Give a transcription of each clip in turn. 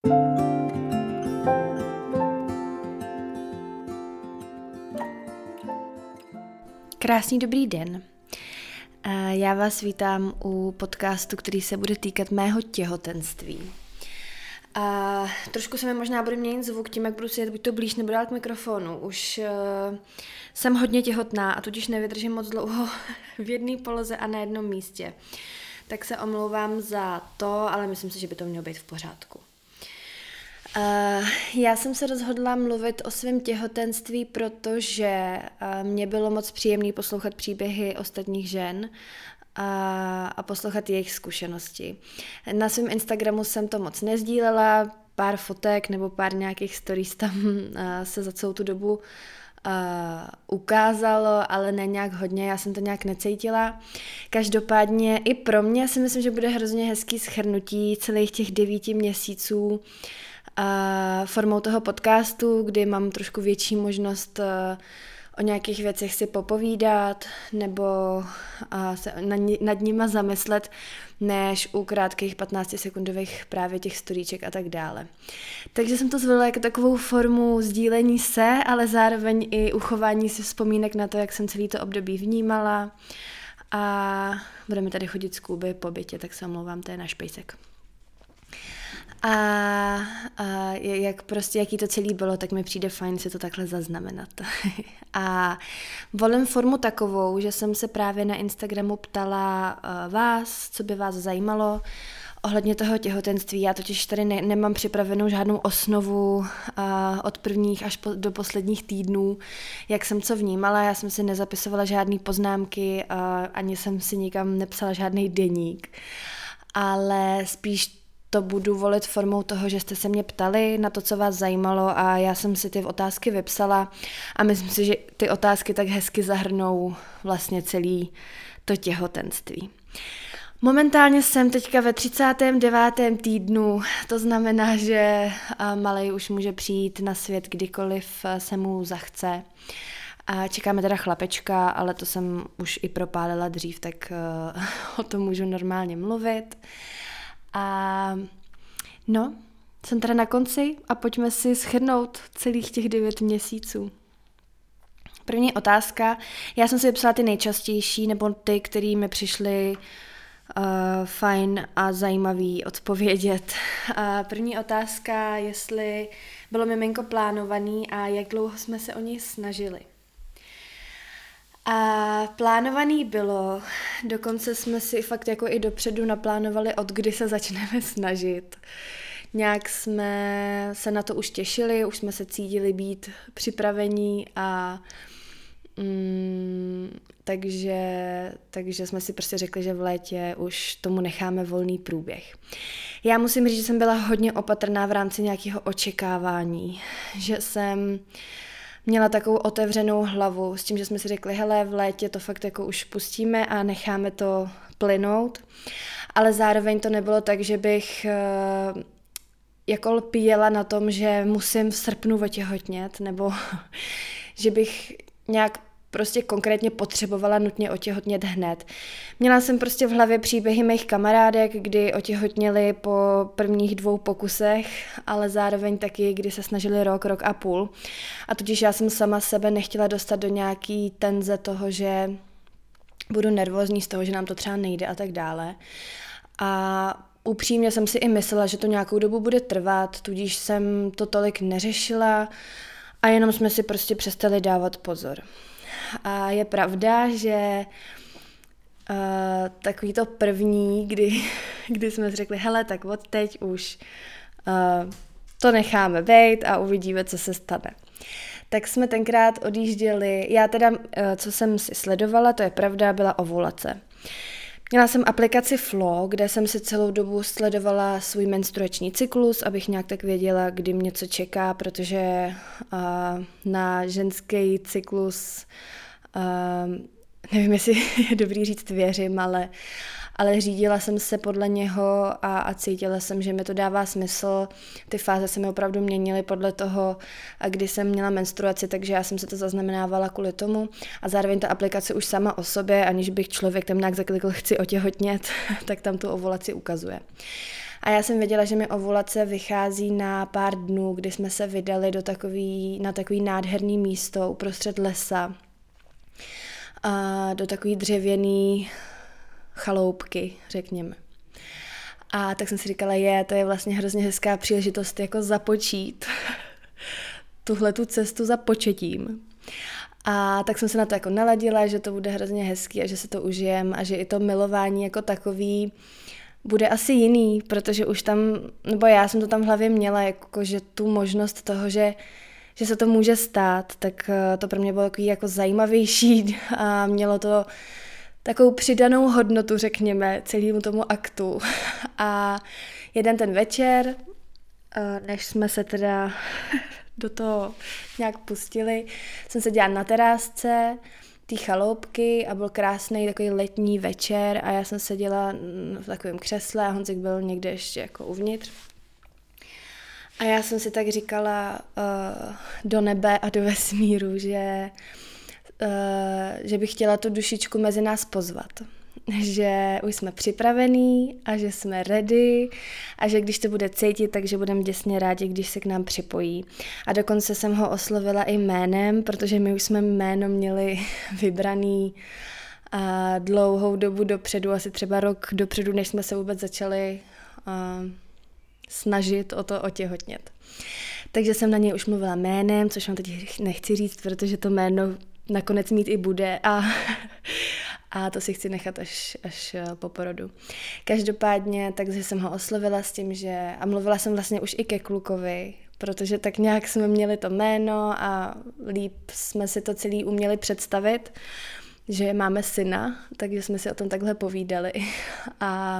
Krásný dobrý den. Já vás vítám u podcastu, který se bude týkat mého těhotenství. Trošku se mi možná bude měnit zvuk tím, jak budu sedět buď to blíž nebo dál k mikrofonu. Už jsem hodně těhotná a tudíž nevydržím moc dlouho v jedné poloze a na jednom místě. Tak se omlouvám za to, ale myslím si, že by to mělo být v pořádku. Já jsem se rozhodla mluvit o svém těhotenství, protože mě bylo moc příjemné poslouchat příběhy ostatních žen a poslouchat jejich zkušenosti. Na svém Instagramu jsem to moc nezdílela, pár fotek nebo pár nějakých stories tam se za celou tu dobu ukázalo, ale ne nějak hodně, já jsem to nějak necítila. Každopádně i pro mě si myslím, že bude hrozně hezký shrnutí celých těch 9 měsíců formou toho podcastu, kdy mám trošku větší možnost o nějakých věcech si popovídat nebo se nad nima zamyslet, než u krátkých 15-sekundových právě těch storíček a tak dále. Takže jsem to zvolila jako takovou formu sdílení se, ale zároveň i uchování si vzpomínek na to, jak jsem celý to období vnímala a budeme tady chodit z Kuby po bytě, tak se omlouvám, to je náš pejsek. A jaký to celý bylo, tak mi přijde fajn si to takhle zaznamenat. A volím formu takovou, že jsem se právě na Instagramu ptala vás, co by vás zajímalo ohledně toho těhotenství. Já totiž tady nemám připravenou žádnou osnovu od prvních až do posledních týdnů, jak jsem co vnímala. Já jsem si nezapisovala žádný poznámky, ani jsem si nikam nepsala žádný deník, ale spíš to budu volit formou toho, že jste se mě ptali na to, co vás zajímalo a já jsem si ty otázky vypsala a myslím si, že ty otázky tak hezky zahrnou vlastně celý to těhotenství. Momentálně jsem teďka ve 39. týdnu, to znamená, že malej už může přijít na svět kdykoliv se mu zachce. A čekáme teda chlapečka, ale to jsem už i propálila dřív, tak o tom můžu normálně mluvit. A no, jsem teda na konci a pojďme si shrnout celých těch 9 měsíců. První otázka, já jsem si vypsala ty nejčastější, nebo ty, které mi přišly fajn a zajímavý odpovědět. První otázka, jestli bylo miminko plánovaný a jak dlouho jsme se o něj snažili. A plánovaný bylo, dokonce jsme si fakt jako i dopředu naplánovali, od kdy se začneme snažit. Nějak jsme se na to už těšili, už jsme se cítili být připravení a takže jsme si prostě řekli, že v létě už tomu necháme volný průběh. Já musím říct, že jsem byla hodně opatrná v rámci nějakého očekávání, že jsem měla takovou otevřenou hlavu s tím, že jsme si řekli, hele, v létě to fakt jako už pustíme a necháme to plynout, ale zároveň to nebylo tak, že bych jako lpěla na tom, že musím v srpnu otěhotnět, nebo že bych nějak prostě konkrétně potřebovala nutně otěhotnět hned. Měla jsem prostě v hlavě příběhy mých kamarádek, kdy otěhotněli po prvních 2 pokusech, ale zároveň taky, kdy se snažili rok a půl. A tudíž já jsem sama sebe nechtěla dostat do nějaký tenze toho, že budu nervózní z toho, že nám to třeba nejde a tak dále. A upřímně jsem si i myslela, že to nějakou dobu bude trvat, tudíž jsem to tolik neřešila a jenom jsme si prostě přestali dávat pozor. A je pravda, že takový to první, kdy jsme si řekli, hele, tak od teď už to necháme bejt a uvidíme, co se stane. Tak jsme tenkrát odjížděli, já teda, co jsem si sledovala, to je pravda, byla ovulace. Měla jsem aplikaci Flow, kde jsem si celou dobu sledovala svůj menstruační cyklus, abych nějak tak věděla, kdy mě co čeká, protože na ženský cyklus, nevím, jestli je dobrý říct věřím, ale řídila jsem se podle něho a cítila jsem, že mi to dává smysl. Ty fáze se mi opravdu měnily podle toho, kdy jsem měla menstruaci, takže já jsem se to zaznamenávala kvůli tomu. A zároveň ta aplikace už sama o sobě, aniž bych člověk tam nějak zaklikl chci otěhotnět, tak tam tu ovulaci ukazuje. A já jsem věděla, že mi ovulace vychází na pár dnů, kdy jsme se vydali na takový nádherný místo uprostřed lesa, a do takový dřevěný chaloupky, řekněme. A tak jsem si říkala, to je vlastně hrozně hezká příležitost jako započít tuhletu cestu za početím. A tak jsem se na to jako naladila, že to bude hrozně hezký a že se to užijem a že i to milování jako takový bude asi jiný, protože už tam, nebo já jsem to tam v hlavě měla, jako že tu možnost toho, že se to může stát, tak to pro mě bylo takový jako zajímavější a mělo to takovou přidanou hodnotu, řekněme, celému tomu aktu. A jeden ten večer, než jsme se teda do toho nějak pustili, jsem seděla na terásce té chaloupky a byl krásný takový letní večer a já jsem seděla v takovém křesle a Honzik byl někde ještě jako uvnitř. A já jsem si tak říkala do nebe a do vesmíru, že bych chtěla tu dušičku mezi nás pozvat. Že už jsme připravení a že jsme ready a že když to bude cítit, takže budeme děsně rádi, když se k nám připojí. A dokonce jsem ho oslovila i jménem, protože my už jsme jméno měli vybraný dlouhou dobu dopředu, asi třeba rok dopředu, než jsme se vůbec začali snažit o to otěhotnět. Takže jsem na něj už mluvila jménem, což vám teď nechci říct, protože to jméno nakonec mít i bude a to si chci nechat až po porodu. Každopádně, takže jsem ho oslovila s tím, a mluvila jsem vlastně už i ke klukovi, protože tak nějak jsme měli to jméno a líp jsme si to celý uměli představit, že máme syna, takže jsme si o tom takhle povídali. A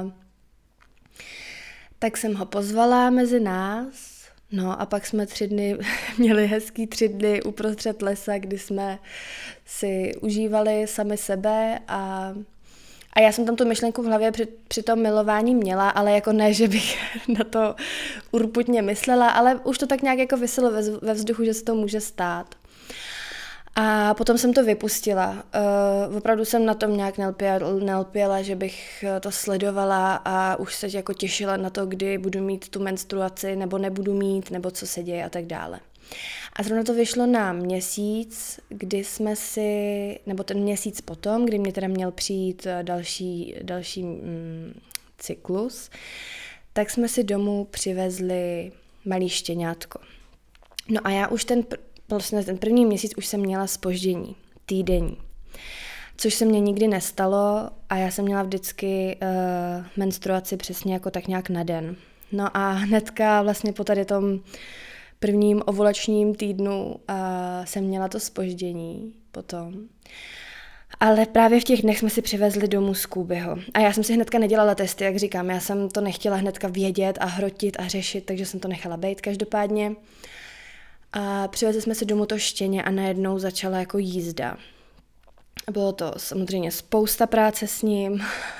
tak jsem ho pozvala mezi nás. No a pak jsme 3 dny měli hezký 3 dny uprostřed lesa, kdy jsme si užívali sami sebe a já jsem tam tu myšlenku v hlavě při tom milování měla, ale jako ne, že bych na to urputně myslela, ale už to tak nějak jako viselo ve vzduchu, že se to může stát. A potom jsem to vypustila. Opravdu jsem na tom nějak nelpěla, že bych to sledovala a už se jako těšila na to, kdy budu mít tu menstruaci, nebo nebudu mít, nebo co se děje a tak dále. A zrovna to vyšlo na měsíc, nebo ten měsíc potom, kdy mě teda měl přijít další cyklus, tak jsme si domů přivezli malý štěňátko. No a já už ten první měsíc už jsem měla zpoždění, týdenní, což se mně nikdy nestalo a já jsem měla vždycky menstruaci přesně jako tak nějak na den. No a hnedka vlastně po tady tom prvním ovulačním týdnu jsem měla to zpoždění potom. Ale právě v těch dnech jsme si přivezli domů z Kůbyho. A já jsem si hnedka nedělala testy, jak říkám, já jsem to nechtěla hnedka vědět a hrotit a řešit, takže jsem to nechala bejt každopádně. A přivezli jsme si domů to štěně a najednou začala jako jízda. Bylo to samozřejmě spousta práce s ním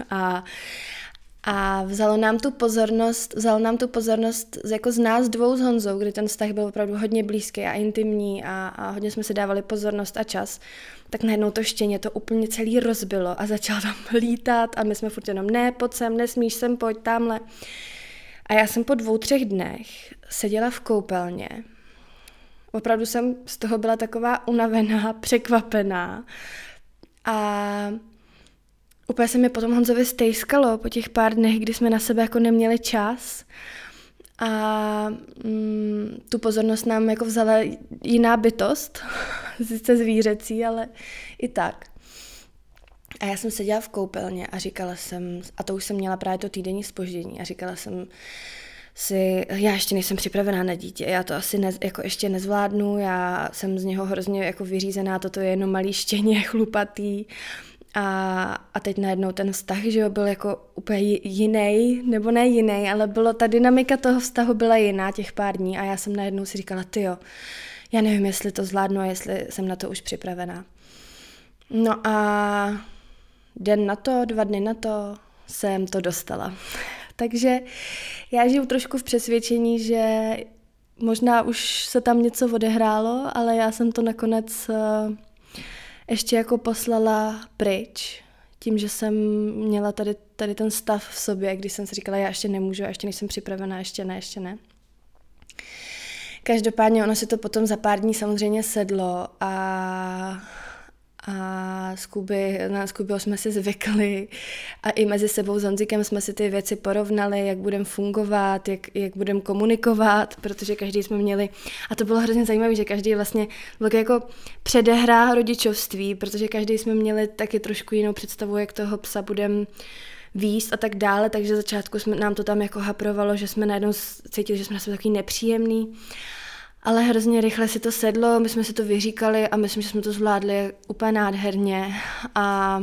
a vzal nám tu pozornost jako z nás dvou s Honzou, kdy ten vztah byl opravdu hodně blízký a intimní a hodně jsme si dávali pozornost a čas, tak najednou to štěně to úplně celý rozbilo a začalo tam lítat a my jsme furt jenom pojď sem, nesmíš sem, pojď tamhle. A já jsem po 2-3 dnech seděla v koupelně. Opravdu jsem z toho byla taková unavená, překvapená a úplně se mi potom Honzovi stejskalo po těch pár dnech, kdy jsme na sebe jako neměli čas a tu pozornost nám jako vzala jiná bytost, sice zvířecí, ale i tak. A já jsem seděla v koupelně a říkala jsem, a to už jsem měla právě to týdenní zpoždění a říkala jsem já ještě nejsem připravená na dítě, já to asi jako ještě nezvládnu, já jsem z něho hrozně jako vyřízená, toto je jenom malý štěně, chlupatý a teď najednou ten vztah, že jo, byl jako úplně jiný, nebo ne jiný, ale ta dynamika toho vztahu byla jiná těch pár dní a já jsem najednou si říkala, tyjo, já nevím, jestli to zvládnu a jestli jsem na to už připravená. No a 2 dny na to jsem to dostala. Takže já žiju trošku v přesvědčení, že možná už se tam něco odehrálo, ale já jsem to nakonec ještě jako poslala pryč tím, že jsem měla tady ten stav v sobě, když jsem si říkala, já ještě nemůžu, já ještě nejsem připravená, ještě ne. Každopádně ono si to potom za pár dní samozřejmě sedlo a na Scoobyho jsme si zvykli a i mezi sebou s Honzikem jsme si ty věci porovnali, jak budeme fungovat, jak budeme komunikovat, protože každý jsme měli, a to bylo hrozně zajímavé, že každý vlastně byl jako předehra rodičovství, protože každý jsme měli taky trošku jinou představu, jak toho psa budeme víc a tak dále, takže začátku nám to tam jako haprovalo, že jsme najednou cítili, že jsme na sebe takový nepříjemný. Ale hrozně rychle si to sedlo, my jsme si to vyříkali a myslím, že jsme to zvládli úplně nádherně. A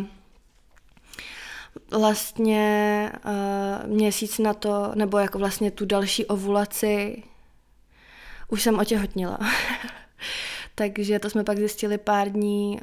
vlastně měsíc na to, nebo jako vlastně tu další ovulaci, už jsem otěhotněla. Takže to jsme pak zjistili pár dní,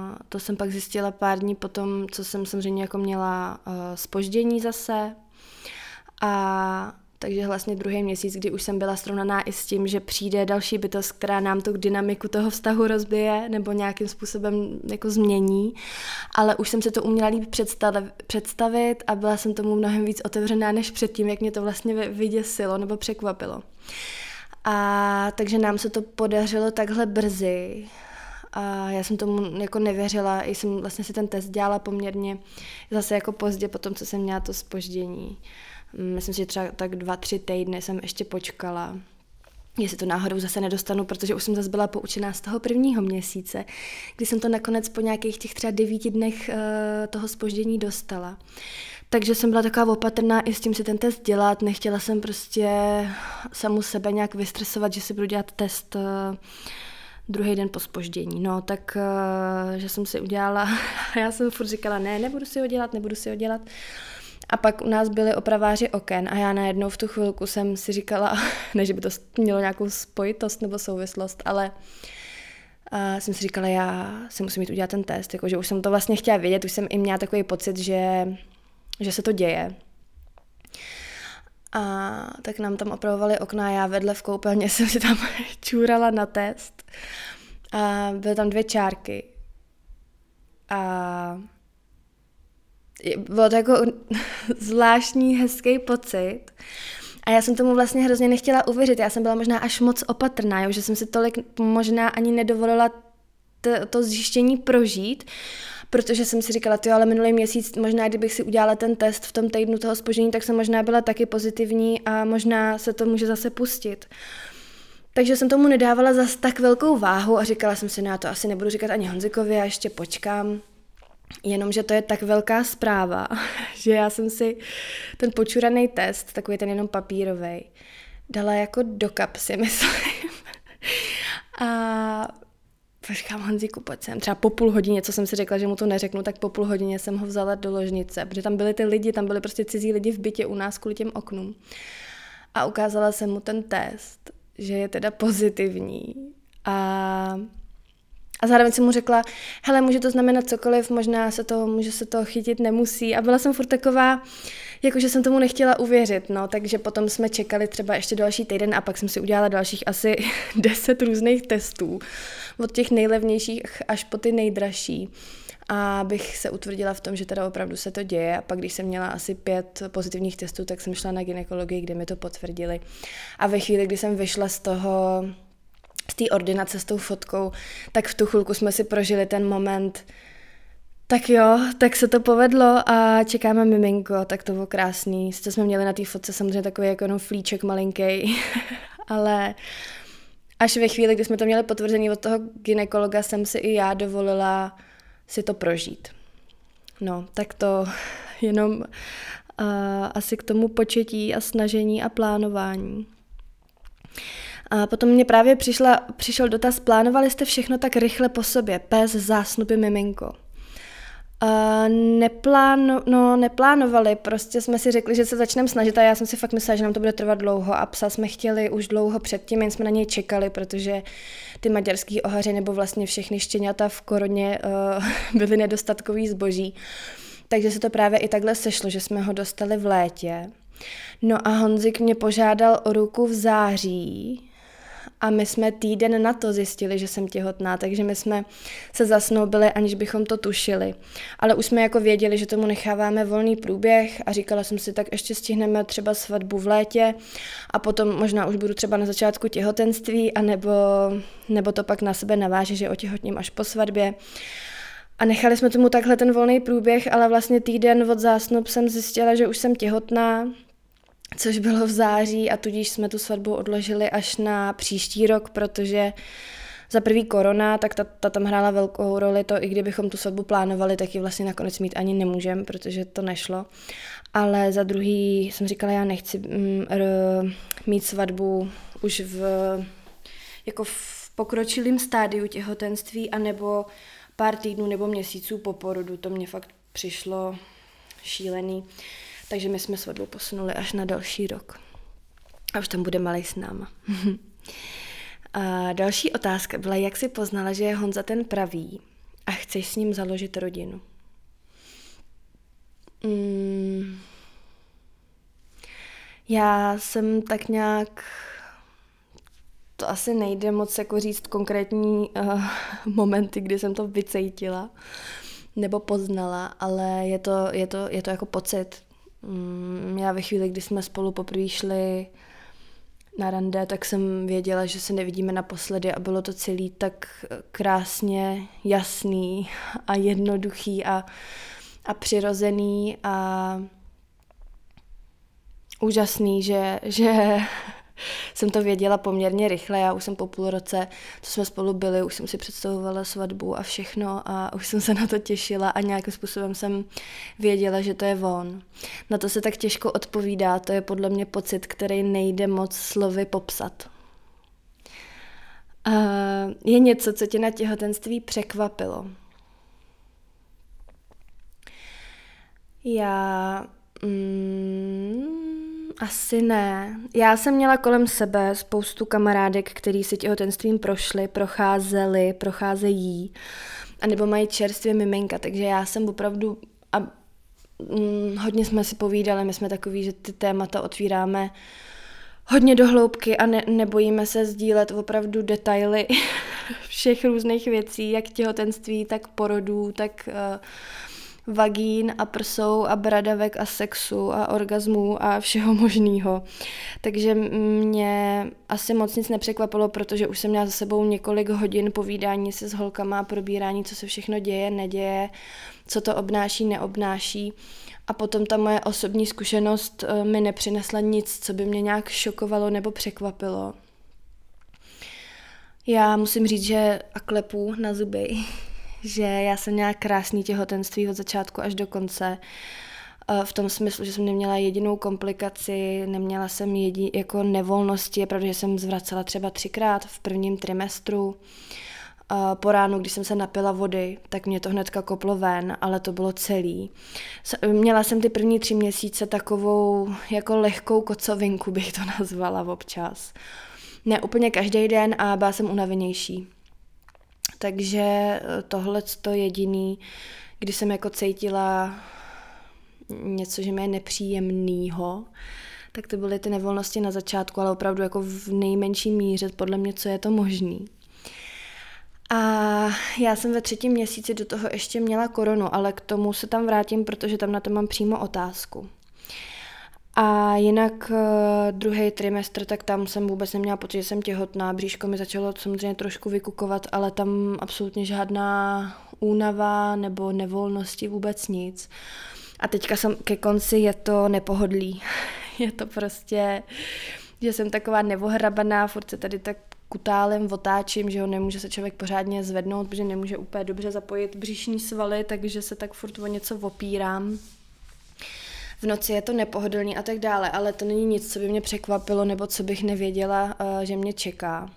potom, co jsem samozřejmě jako měla zpoždění zase. A takže vlastně druhý měsíc, kdy už jsem byla srovnaná i s tím, že přijde další bytost, která nám tu dynamiku toho vztahu rozbije nebo nějakým způsobem jako změní, ale už jsem se to uměla líp představit a byla jsem tomu mnohem víc otevřená než předtím, jak mě to vlastně vyděsilo nebo překvapilo. A takže nám se to podařilo takhle brzy a já jsem tomu jako nevěřila, jsem vlastně si ten test dělala poměrně zase jako pozdě po tom, co jsem měla to zpoždění. Myslím si, že třeba tak 2-3 týdny jsem ještě počkala, jestli to náhodou zase nedostanu, protože už jsem zase byla poučená z toho prvního měsíce, kdy jsem to nakonec po nějakých těch třeba 9 dnech toho zpoždění dostala. Takže jsem byla taková opatrná i s tím si ten test dělat, nechtěla jsem prostě samu sebe nějak vystresovat, že si budu dělat test druhý den po zpoždění. No, tak že jsem si udělala, já jsem furt říkala, nebudu si ho dělat. A pak u nás byli opraváři oken a já najednou v tu chvilku jsem si říkala, ne, že by to mělo nějakou spojitost nebo souvislost, ale jsem si říkala, já si musím jít udělat ten test, jakože už jsem to vlastně chtěla vědět, už jsem i měla takový pocit, že se to děje. A tak nám tam opravovali okna a já vedle v koupelně jsem si tam čůrala na test a byly tam 2 čárky a bylo to jako zvláštní, hezký pocit a já jsem tomu vlastně hrozně nechtěla uvěřit. Já jsem byla možná až moc opatrná, jo, že jsem si tolik možná ani nedovolila to zjištění prožít, protože jsem si říkala, ale minulý měsíc možná, kdybych si udělala ten test v tom týdnu toho zpoždění, tak jsem možná byla taky pozitivní a možná se to může zase pustit. Takže jsem tomu nedávala zas tak velkou váhu a říkala jsem si, já to asi nebudu říkat ani Honzikovi, já ještě počkám. Jenomže to je tak velká zpráva, že já jsem si ten počuraný test, takový ten jenom papírovej, dala jako do kapsy, myslím. A říkám Honzíku, pojď sem. Třeba po půl hodině, co jsem si řekla, že mu to neřeknu, tak po půl hodině jsem ho vzala do ložnice, protože tam byli ty lidi, tam byli prostě cizí lidi v bytě u nás kvůli těm oknům. A ukázala jsem mu ten test, že je teda pozitivní. A zároveň jsem mu řekla, hele, může to znamenat cokoliv, možná může se to chytit, nemusí. A byla jsem furt taková, jakože jsem tomu nechtěla uvěřit, no, takže potom jsme čekali třeba ještě další týden a pak jsem si udělala dalších asi 10 různých testů, od těch nejlevnějších až po ty nejdražší. A bych se utvrdila v tom, že teda opravdu se to děje. A pak, když jsem měla asi 5 pozitivních testů, tak jsem šla na gynekologii, kde mi to potvrdili. A ve chvíli, kdy jsem vyšla z té ordinace s tou fotkou, tak v tu chvilku jsme si prožili ten moment, tak jo, tak se to povedlo a čekáme miminko, tak to bylo krásný. Sice jsme měli na té fotce samozřejmě takový jako jenom flíček malinký, ale až ve chvíli, kdy jsme to měli potvrzený od toho gynekologa, jsem si i já dovolila si to prožít. No, tak to jenom asi k tomu početí a snažení a plánování. A potom mě právě přišel dotaz, plánovali jste všechno tak rychle po sobě, pes, zásnupy, miminko. Neplánovali, prostě jsme si řekli, že se začneme snažit a já jsem si fakt myslela, že nám to bude trvat dlouho a psa jsme chtěli už dlouho předtím, jen jsme na něj čekali, protože ty maďarský ohaři nebo vlastně všechny štěňata v koroně byly nedostatkový zboží. Takže se to právě i takhle sešlo, že jsme ho dostali v létě. No a Honzik mě požádal o ruku v září A my jsme týden na to zjistili, že jsem těhotná, takže my jsme se zasnoubili, aniž bychom to tušili. Ale už jsme jako věděli, že tomu necháváme volný průběh a říkala jsem si, tak ještě stihneme třeba svatbu v létě a potom možná už budu třeba na začátku těhotenství, nebo to pak na sebe naváže, že otěhotním až po svatbě. A nechali jsme tomu takhle ten volný průběh, ale vlastně týden od zásnub jsem zjistila, že už jsem těhotná, což bylo v září a tudíž jsme tu svatbu odložili až na příští rok, protože za prvý korona, tak ta tam hrála velkou roli, to i kdybychom tu svatbu plánovali, tak ji vlastně nakonec mít ani nemůžeme, protože to nešlo. Ale za druhý jsem říkala, já nechci mít svatbu už v pokročilém stádiu těhotenství anebo pár týdnů nebo měsíců po porodu, to mě fakt přišlo šílený. Takže my jsme svatbu posunuli až na další rok. A už tam bude malej s náma. A další otázka byla, jak jsi poznala, že je Honza ten pravý a chceš s ním založit rodinu? Já jsem tak nějak... To asi nejde moc jako říct konkrétní momenty, kdy jsem to vycítila nebo poznala, ale je to jako pocit. Já ve chvíli, kdy jsme spolu poprvé šli na rande, tak jsem věděla, že se nevidíme naposledy a bylo to celý tak krásně jasný a jednoduchý a přirozený a úžasný, že jsem to věděla poměrně rychle. Já už jsem po půl roce, co jsme spolu byli, už jsem si představovala svatbu a všechno a už jsem se na to těšila a nějakým způsobem jsem věděla, že to je on. Na to se tak těžko odpovídá, to je podle mě pocit, který nejde moc slovy popsat. Je něco, co tě na těhotenství překvapilo? Asi ne. Já jsem měla kolem sebe spoustu kamarádek, který si těhotenstvím procházejí, anebo mají čerstvě miminka, takže já jsem opravdu, hodně jsme si povídali, my jsme takový, že ty témata otvíráme hodně do hloubky a nebojíme se sdílet opravdu detaily všech různých věcí, jak těhotenství, tak porodů, tak vagín a prsou a bradavek a sexu a orgazmů a všeho možného. Takže mě asi moc nic nepřekvapilo, protože už jsem měla za sebou několik hodin povídání se s holkama a probírání, co se všechno děje, neděje, co to obnáší, neobnáší. A potom ta moje osobní zkušenost mi nepřinesla nic, co by mě nějak šokovalo nebo překvapilo. Já musím říct, že a klepu na zuby, že já jsem měla krásný těhotenství od začátku až do konce. V tom smyslu, že jsem neměla jedinou komplikaci, neměla jsem jako nevolnosti. Je pravda, že jsem zvracela třeba 3krát v prvním trimestru. Po ránu, když jsem se napila vody, tak mě to hnedka koplo ven, ale to bylo celý. Měla jsem ty první 3 měsíce takovou jako lehkou kocovinku, bych to nazvala občas. Ne úplně každý den a byla jsem unavenější. Takže tohleto jediný, když jsem jako cítila něco, že mi je nepříjemnýho, tak to byly ty nevolnosti na začátku, ale opravdu jako v nejmenší míře, podle mě, co je to možný. A já jsem ve 3. měsíci do toho ještě měla koronu, ale k tomu se tam vrátím, protože tam na to mám přímo otázku. A jinak 2. trimestr, tak tam jsem vůbec neměla pocit, že jsem těhotná. Bříško mi začalo samozřejmě trošku vykukovat, ale tam absolutně žádná únava nebo nevolnosti, vůbec nic. A teďka jsem ke konci, je to nepohodlí. Je to prostě, že jsem taková nevohrabaná, furt se tady tak kutálem otáčím, že ho nemůže se člověk pořádně zvednout, protože nemůže úplně dobře zapojit břišní svaly, takže se tak furt o něco opírám. V noci je to nepohodlný a tak dále, ale to není nic, co by mě překvapilo nebo co bych nevěděla, že mě čeká.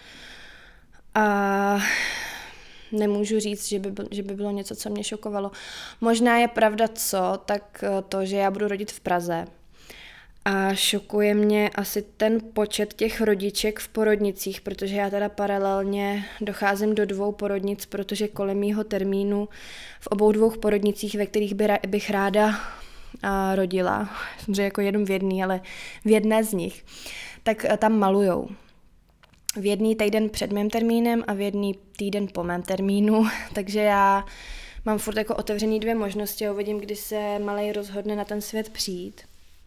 A nemůžu říct, že by bylo něco, co mě šokovalo. Možná je pravda tak to, že já budu rodit v Praze. A šokuje mě asi ten počet těch rodiček v porodnicích, protože já teda paralelně docházím do 2 porodnic, protože kolem mýho termínu v obou 2 porodnicích, ve kterých bych ráda rodila, samozřejmě jako jenom v jedné, ale v jedné z nich, tak tam malujou. v jedný týden před mým termínem a v jedný týden po mém termínu, takže já mám furt jako otevřený 2 možnosti a uvidím, kdy se malej rozhodne na ten svět přijít.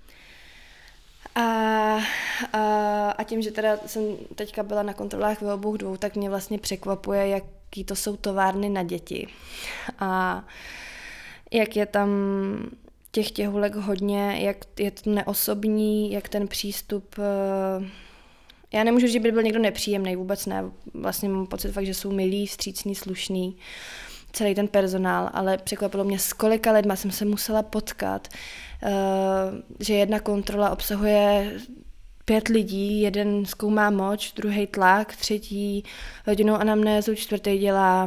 A tím, že teda jsem teďka byla na kontrolách ve obou 2, tak mě vlastně překvapuje, jaký to jsou továrny na děti. A jak je tam těch těhulek hodně, jak je to neosobní, jak ten přístup... Já nemůžu říct, že by byl někdo nepříjemný, vůbec ne. Vlastně mám pocit fakt, že jsou milí, vstřícní, slušný, celý ten personál, ale překvapilo mě, s kolika lidma jsem se musela potkat, že jedna kontrola obsahuje 5 lidí, jeden zkoumá moč, druhý tlak, třetí rodinnou anamnézu, 4. dělá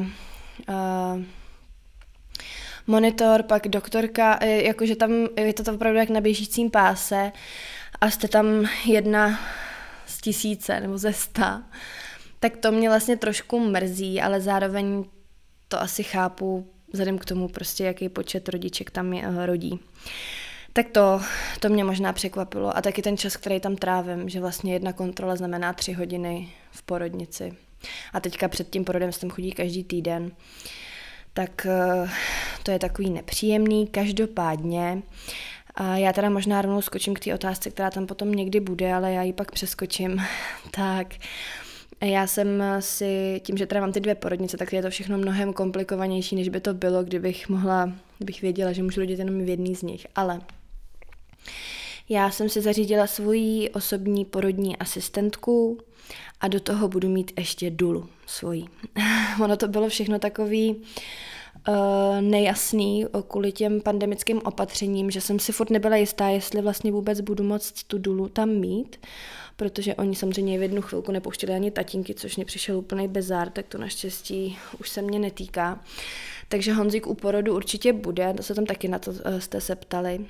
monitor, pak doktorka, jakože tam je to opravdu jak na běžícím páse a jste tam jedna z 1000 nebo ze 100. Tak to mě vlastně trošku mrzí, ale zároveň to asi chápu vzhledem k tomu prostě, jaký počet rodiček tam rodí. Tak to mě možná překvapilo a taky ten čas, který tam trávím, že vlastně jedna kontrola znamená 3 hodiny v porodnici. A teďka před tím porodem jsem chodí každý týden. Tak to je takový nepříjemný. Každopádně já teda možná rovnou skočím k té otázce, která tam potom někdy bude, ale já ji pak přeskočím. Tak já jsem si, tím, že teda mám ty 2 porodnice, tak je to všechno mnohem komplikovanější, než by to bylo, kdybych věděla, že můžu rodit jenom v jedný z nich. Ale já jsem si zařídila svoji osobní porodní asistentku a do toho budu mít ještě dulu svoji. Ono to bylo všechno takový nejasný kvůli těm pandemickým opatřením, že jsem si furt nebyla jistá, jestli vlastně vůbec budu moct tu dulu tam mít, protože oni samozřejmě v jednu chvilku nepouštěli ani tatínky, což mě přišel úplný bezár, tak to naštěstí už se mě netýká. Takže Honzík u porodu určitě bude, to se tam taky na to jste se ptali.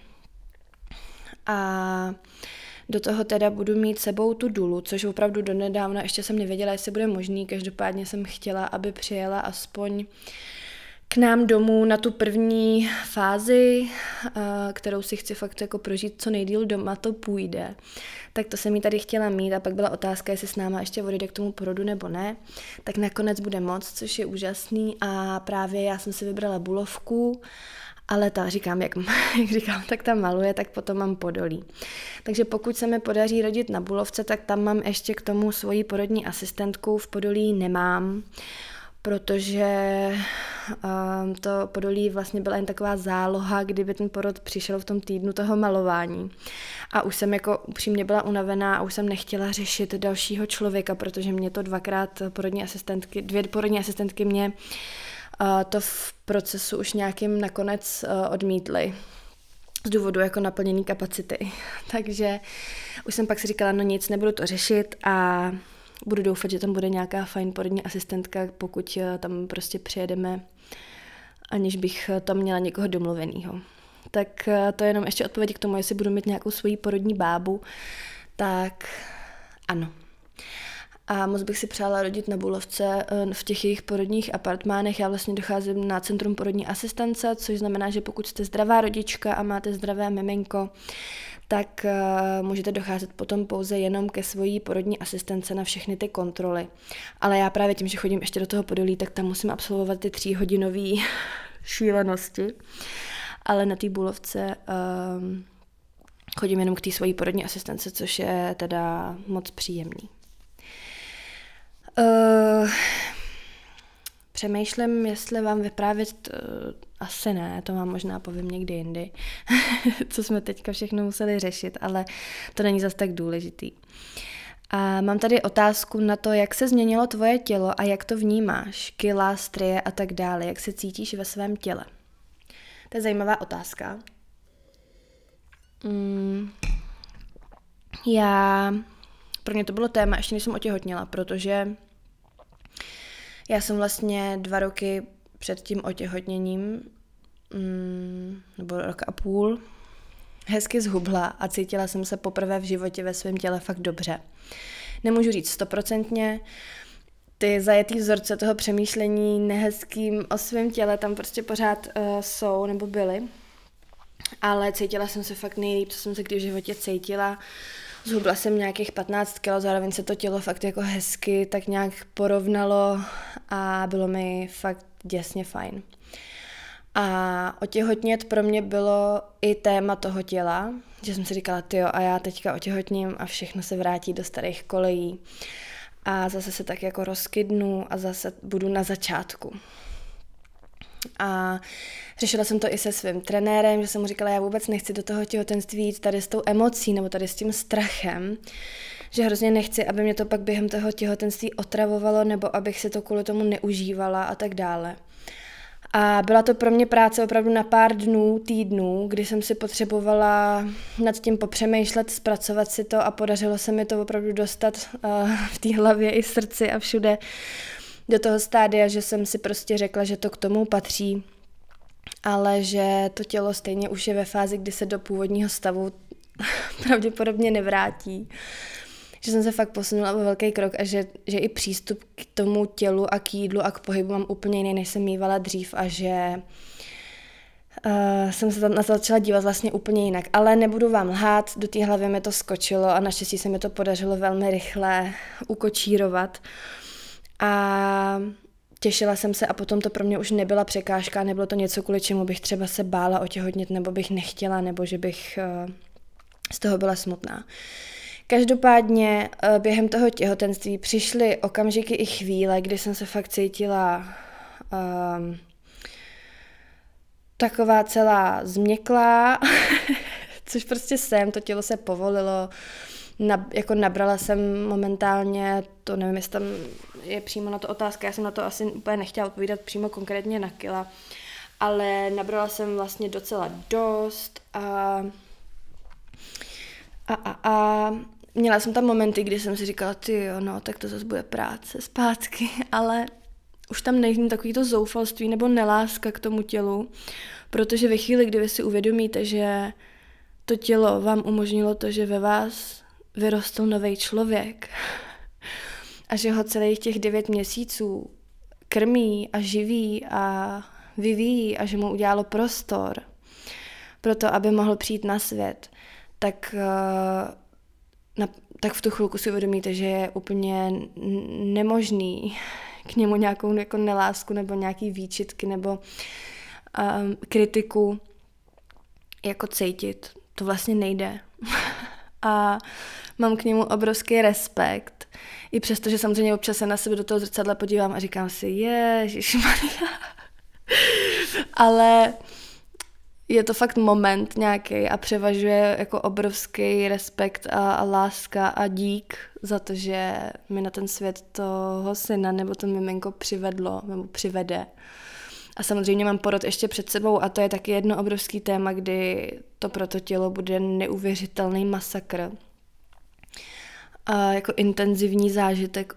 A do toho teda budu mít sebou tu dulu, což opravdu donedávna ještě jsem nevěděla, jestli bude možný, každopádně jsem chtěla, aby přijela aspoň k nám domů na tu první fázi, kterou si chci fakt jako prožít co nejdýl doma, to půjde. Tak to jsem jí tady chtěla mít a pak byla otázka, jestli s náma ještě odjede k tomu porodu nebo ne. Tak nakonec bude moc, což je úžasný a právě já jsem si vybrala bulovku, ale ta říkám, jak říkám, tak ta maluje, tak potom mám podolí. Takže pokud se mi podaří rodit na bulovce, tak tam mám ještě k tomu svoji porodní asistentku, v podolí nemám, protože to podolí vlastně byla jen taková záloha, kdyby ten porod přišel v tom týdnu toho malování. A už jsem jako upřímně byla unavená a už jsem nechtěla řešit dalšího člověka, protože mě to 2 porodní asistentky mě to v procesu už nějakým nakonec odmítly. Z důvodu jako naplnění kapacity. Takže už jsem pak si říkala, no nic, nebudu to řešit a budu doufat, že tam bude nějaká fajn porodní asistentka, pokud tam prostě přijedeme, aniž bych tam měla někoho domluvenýho. Tak to je jenom ještě odpověď k tomu, jestli budu mít nějakou svoji porodní bábu, tak ano. A moc bych si přála rodit na bulovce v těch jejich porodních apartmánech. Já vlastně docházím na Centrum porodní asistence, což znamená, že pokud jste zdravá rodička a máte zdravé miminko, tak můžete docházet potom pouze jenom ke svojí porodní asistence na všechny ty kontroly. Ale já právě tím, že chodím ještě do toho podolí, tak tam musím absolvovat ty 3hodinové šílenosti. Ale na té bulovce chodím jenom k té svojí porodní asistence, což je teda moc příjemný. Přemýšlím, jestli vám vyprávět, asi ne, to vám možná povím někdy jindy, co jsme teďka všechno museli řešit, ale to není zas tak důležitý. A mám tady otázku na to, jak se změnilo tvoje tělo a jak to vnímáš, kila, strie a tak dále, jak se cítíš ve svém těle. To je zajímavá otázka. Pro mě to bylo téma, ještě než jsem otěhotněla, protože já jsem vlastně 2 roky před tím otěhotněním, nebo 1,5 roku, hezky zhubla a cítila jsem se poprvé v životě ve svém těle fakt dobře. Nemůžu říct 100%, ty zajetý vzorce toho přemýšlení nehezkým o svém těle tam prostě pořád jsou nebo byly, ale cítila jsem se fakt nejlíp, co jsem se kdy v životě cítila. zhubla jsem nějakých 15 kg, zároveň se to tělo fakt jako hezky tak nějak porovnalo a bylo mi fakt děsně fajn. A otěhotnět pro mě bylo i téma toho těla, že jsem si říkala, tyjo, a já teďka otěhotním a všechno se vrátí do starých kolejí. A zase se tak jako rozkydnu a zase budu na začátku. A řešila jsem to i se svým trenérem, že jsem mu říkala, já vůbec nechci do toho těhotenství jít tady s tou emocí nebo tady s tím strachem, že hrozně nechci, aby mě to pak během toho těhotenství otravovalo nebo abych si to kvůli tomu neužívala a tak dále. A byla to pro mě práce opravdu na pár dnů, týdnů, kdy jsem si potřebovala nad tím popřemýšlet, zpracovat si to a podařilo se mi to opravdu dostat v té hlavě i v srdci a všude do toho stádia, že jsem si prostě řekla, že to k tomu patří, ale že to tělo stejně už je ve fázi, kdy se do původního stavu pravděpodobně nevrátí. Že jsem se fakt posunula o velký krok a že i přístup k tomu tělu a k jídlu a k pohybu mám úplně jiný, než jsem mývala dřív a že jsem se na to začala dívat vlastně úplně jinak. Ale nebudu vám lhát, do té hlavy mi to skočilo a naštěstí se mi to podařilo velmi rychle ukočírovat. A těšila jsem se a potom to pro mě už nebyla překážka, nebylo to něco, kvůli čemu bych třeba se bála otěhotnět, nebo bych nechtěla, nebo že bych z toho byla smutná. Každopádně během toho těhotenství přišly okamžiky i chvíle, kdy jsem se fakt cítila taková celá změklá, což prostě jsem, to tělo se povolilo, jako nabrala jsem momentálně, to nevím, jestli tam je přímo na to otázka, já jsem na to asi úplně nechtěla odpovídat přímo konkrétně na kila, ale nabrala jsem vlastně docela dost a měla jsem tam momenty, kdy jsem si říkala, tyjo, no, tak to zase bude práce zpátky, ale už tam není takový to zoufalství nebo neláska k tomu tělu, protože ve chvíli, kdy vy si uvědomíte, že to tělo vám umožnilo to, že ve vás vyrostl nový člověk a že ho celých těch 9 měsíců krmí a živí a vyvíjí a že mu udělalo prostor pro to, aby mohl přijít na svět, tak v tu chvilku si uvědomíte, že je úplně nemožný k němu nějakou jako nelásku nebo nějaký výčitky nebo kritiku jako cítit. To vlastně nejde. A mám k němu obrovský respekt. I přesto, že samozřejmě občas se na sebe do toho zrcadla podívám a říkám si, ježišmarja. Ale je to fakt moment nějaký a převažuje jako obrovský respekt a láska a dík za to, že mi na ten svět toho syna nebo to miminko přivedlo nebo přivede. A samozřejmě mám porod ještě před sebou a to je taky jedno obrovský téma, kdy to pro to tělo bude neuvěřitelný masakr. A jako intenzivní zážitek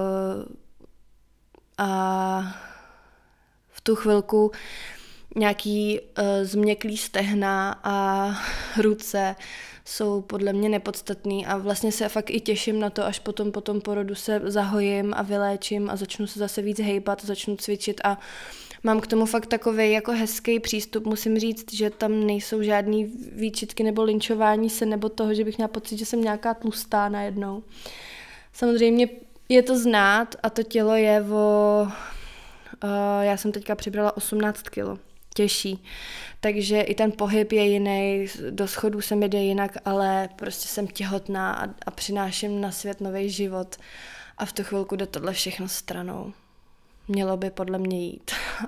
a v tu chvilku nějaký změklý stehna a ruce jsou podle mě nepodstatný a vlastně se fakt i těším na to, až potom po tom porodu se zahojím a vyléčím a začnu se zase víc hejbat, začnu cvičit a mám k tomu fakt takovej jako hezký přístup, musím říct, že tam nejsou žádný výčitky nebo linčování se nebo toho, že bych měla pocit, že jsem nějaká tlustá najednou. Samozřejmě je to znát a to tělo je já jsem teďka přibrala 18 kilo. Těžší. Takže i ten pohyb je jiný, do schodů se mi jde jinak, ale prostě jsem těhotná a přináším na svět nový život a v tu chvilku jde tohle všechno stranou. Mělo by podle mě jít.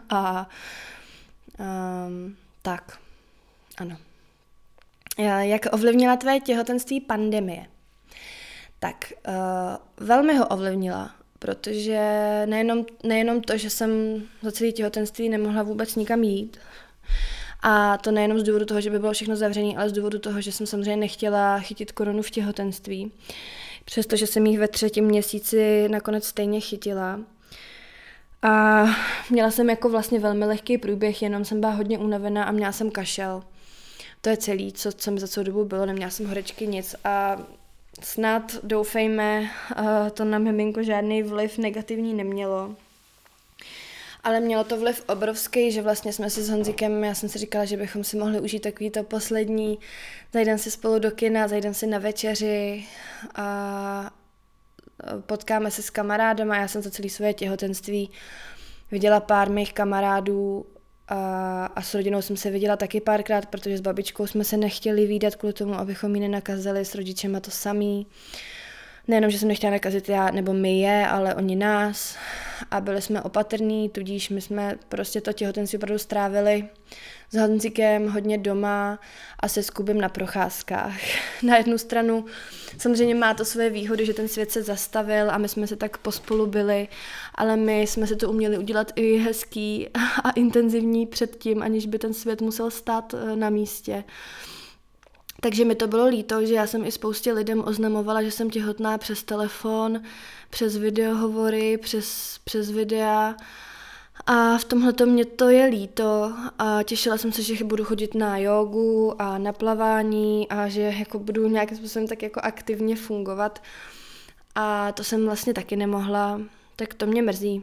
Tak, ano. Jak ovlivnila tvé těhotenství pandemie? Tak, velmi ho ovlivnila, protože nejenom to, že jsem za celé těhotenství nemohla vůbec nikam jít. A to nejenom z důvodu toho, že by bylo všechno zavřené, ale z důvodu toho, že jsem samozřejmě nechtěla chytit koronu v těhotenství. Přestože jsem jich ve 3. měsíci nakonec stejně chytila. A měla jsem jako vlastně velmi lehký průběh, jenom jsem byla hodně unavená a měla jsem kašel. To je celý, co mi za celou dobu bylo, neměla jsem horečky, nic a snad, doufejme, to na miminko žádný vliv negativní nemělo. Ale mělo to vliv obrovský, že vlastně jsme si s Honzíkem, já jsem si říkala, že bychom si mohli užít takový to poslední, zajdem si spolu do kina, zajdem si na večeři a potkáme se s kamarádama. Já jsem za celé své těhotenství viděla pár mých kamarádů a s rodinou jsem se viděla taky párkrát, protože s babičkou jsme se nechtěli vídat kvůli tomu, abychom ji nenakazili, s rodičema to samý. Nejenom, že jsem nechtěla nakazit já nebo my je, ale oni nás a byli jsme opatrní, tudíž my jsme prostě to těhotenství opravdu strávili s Honzíkem hodně doma a se Skubem na procházkách. Na jednu stranu samozřejmě má to své výhody, že ten svět se zastavil a my jsme se tak pospolu byli, ale my jsme se to uměli udělat i hezký a intenzivní předtím, aniž by ten svět musel stát na místě. Takže mi to bylo líto, že já jsem i spoustě lidem oznamovala, že jsem těhotná přes telefon, přes videohovory, přes videa. A v tomhleto mě to je líto a těšila jsem se, že budu chodit na jógu a na plavání a že jako budu nějakým způsobem tak jako aktivně fungovat. A to jsem vlastně taky nemohla, tak to mě mrzí.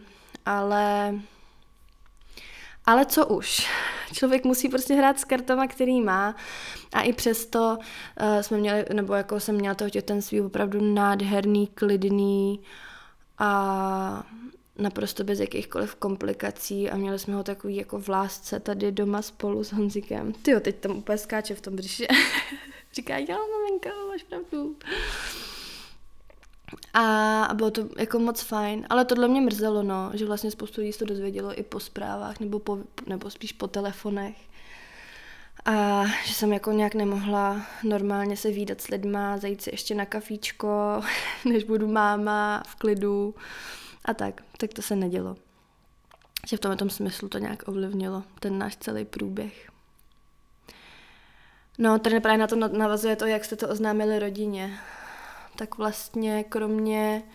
Ale co už? Člověk musí prostě hrát s kartama, který má a i přesto jsme měli, nebo jako jsem měla toho těhotenství opravdu nádherný, klidný a naprosto bez jakýchkoliv komplikací a měli jsme ho takový jako v lásce tady doma spolu s Honzíkem. Tyjo, teď tam úplně skáče v tom břiše. Říká, jo, maminko, máš pravdu. A bylo to jako moc fajn, ale tohle mě mrzelo, no, že vlastně spoustu lidí to dozvědělo i po zprávách nebo spíš po telefonech. A že jsem jako nějak nemohla normálně se vídat s lidma, zajít si ještě na kafíčko, než budu máma v klidu a tak to se nedělo. Že v tomhle smyslu to nějak ovlivnilo, ten náš celý průběh. No, tady právě na to navazuje to, jak jste to oznámili rodině. Tak vlastně kromě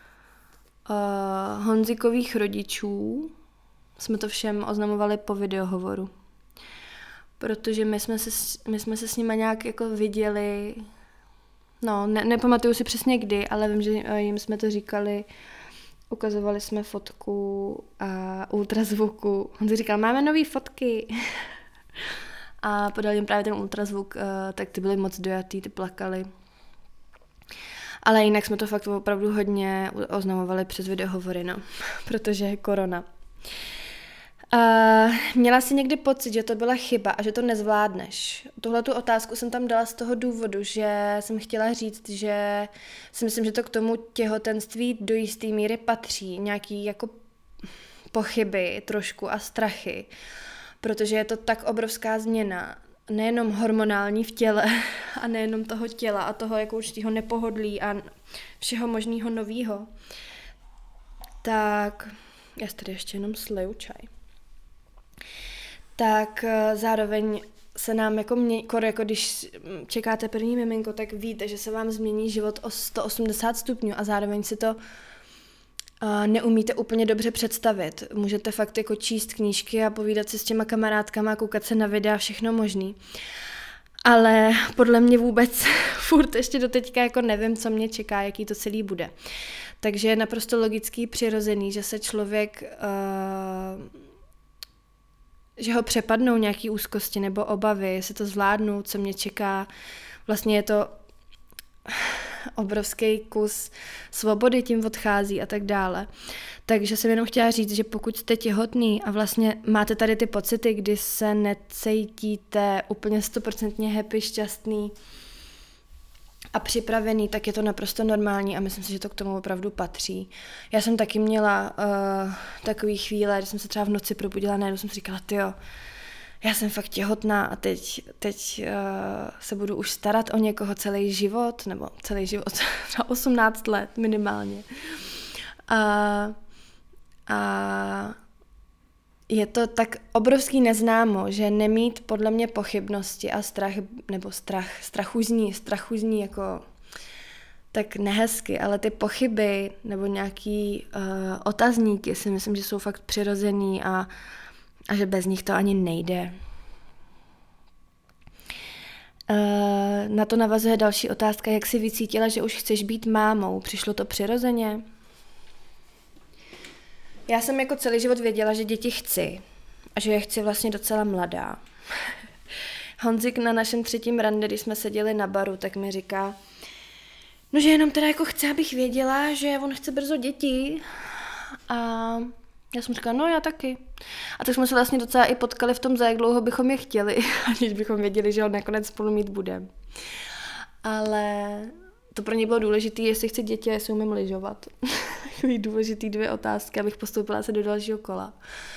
Honzikových rodičů jsme to všem oznamovali po videohovoru. Protože my jsme se s nima nějak jako viděli, no nepamatuju si přesně kdy, ale vím, že jim jsme to říkali, ukazovali jsme fotku a ultrazvuku. Honzi říkal, máme nový fotky. A podal jim právě ten ultrazvuk, tak ty byly moc dojatý, ty plakali. Ale jinak jsme to fakt opravdu hodně oznamovali přes videohovory, no, protože je korona. Měla jsi někdy pocit, že to byla chyba a že to nezvládneš? Tuhletu otázku jsem tam dala z toho důvodu, že jsem chtěla říct, že si myslím, že to k tomu těhotenství do jisté míry patří, nějaký jako pochyby trošku a strachy, protože je to tak obrovská změna, nejenom hormonální v těle a nejenom toho těla a toho jako určitého nepohodlí a všeho možného novýho. Tak, já tady ještě jenom sliju čaj. Tak zároveň se nám jako když čekáte první miminko, tak víte, že se vám změní život o 180 stupňů a zároveň si to neumíte úplně dobře představit. Můžete fakt jako číst knížky a povídat si s těma kamarádkama a koukat se na videa, všechno možný. Ale podle mě vůbec furt ještě doteďka jako nevím, co mě čeká, jaký to celý bude. Takže je naprosto logický, přirozený, že se člověk, že ho přepadnou nějaký úzkosti nebo obavy, jestli to zvládnu, co mě čeká. Vlastně je to obrovský kus svobody tím odchází a tak dále. Takže jsem jenom chtěla říct, že pokud jste těhotný a vlastně máte tady ty pocity, kdy se necítíte úplně 100% happy, šťastný a připravený, tak je to naprosto normální a myslím si, že to k tomu opravdu patří. Já jsem taky měla takový chvíle, kdy jsem se třeba v noci probudila a najednou jsem si říkala, tyjo, já jsem fakt těhotná a teď se budu už starat o někoho celý život, třeba 18 let minimálně. A je to tak obrovský neznámo, že nemít podle mě pochybnosti a strachu zní jako tak nehezky, ale ty pochyby nebo nějaký otazníky si myslím, že jsou fakt přirozený a že bez nich to ani nejde. Na to navazuje další otázka, jak jsi vycítila, že už chceš být mámou. Přišlo to přirozeně? Já jsem jako celý život věděla, že děti chci a že je chci vlastně docela mladá. Honzik na našem 3. rande, když jsme seděli na baru, tak mi říká, no že jenom teda jako chce, abych věděla, že on chce brzo děti. A já jsem říkala, no já taky. A tak jsme se vlastně docela i potkali v tom, za jak dlouho bychom je chtěli, aniž bychom věděli, že ho nakonec spolu mít budeme. Ale to pro ně bylo důležité, jestli chci děti a jestli umím lyžovat. Takový důležitý 2 otázky, abych postoupila se do dalšího kola.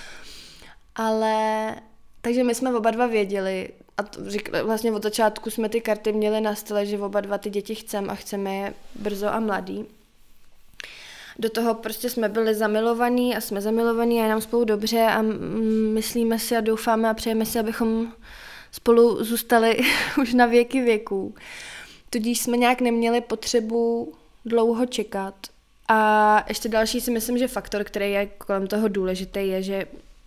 Ale takže my jsme oba dva věděli, a vlastně od začátku jsme ty karty měli na stole, že oba dva ty děti chceme a chceme je brzo a mladý. Do toho prostě jsme byli zamilovaní a jsme zamilovaní a je nám spolu dobře a myslíme si a doufáme a přejeme si, abychom spolu zůstali už na věky věků. Tudíž jsme nějak neměli potřebu dlouho čekat. A ještě další si myslím, že faktor, který je kolem toho důležitý, je, že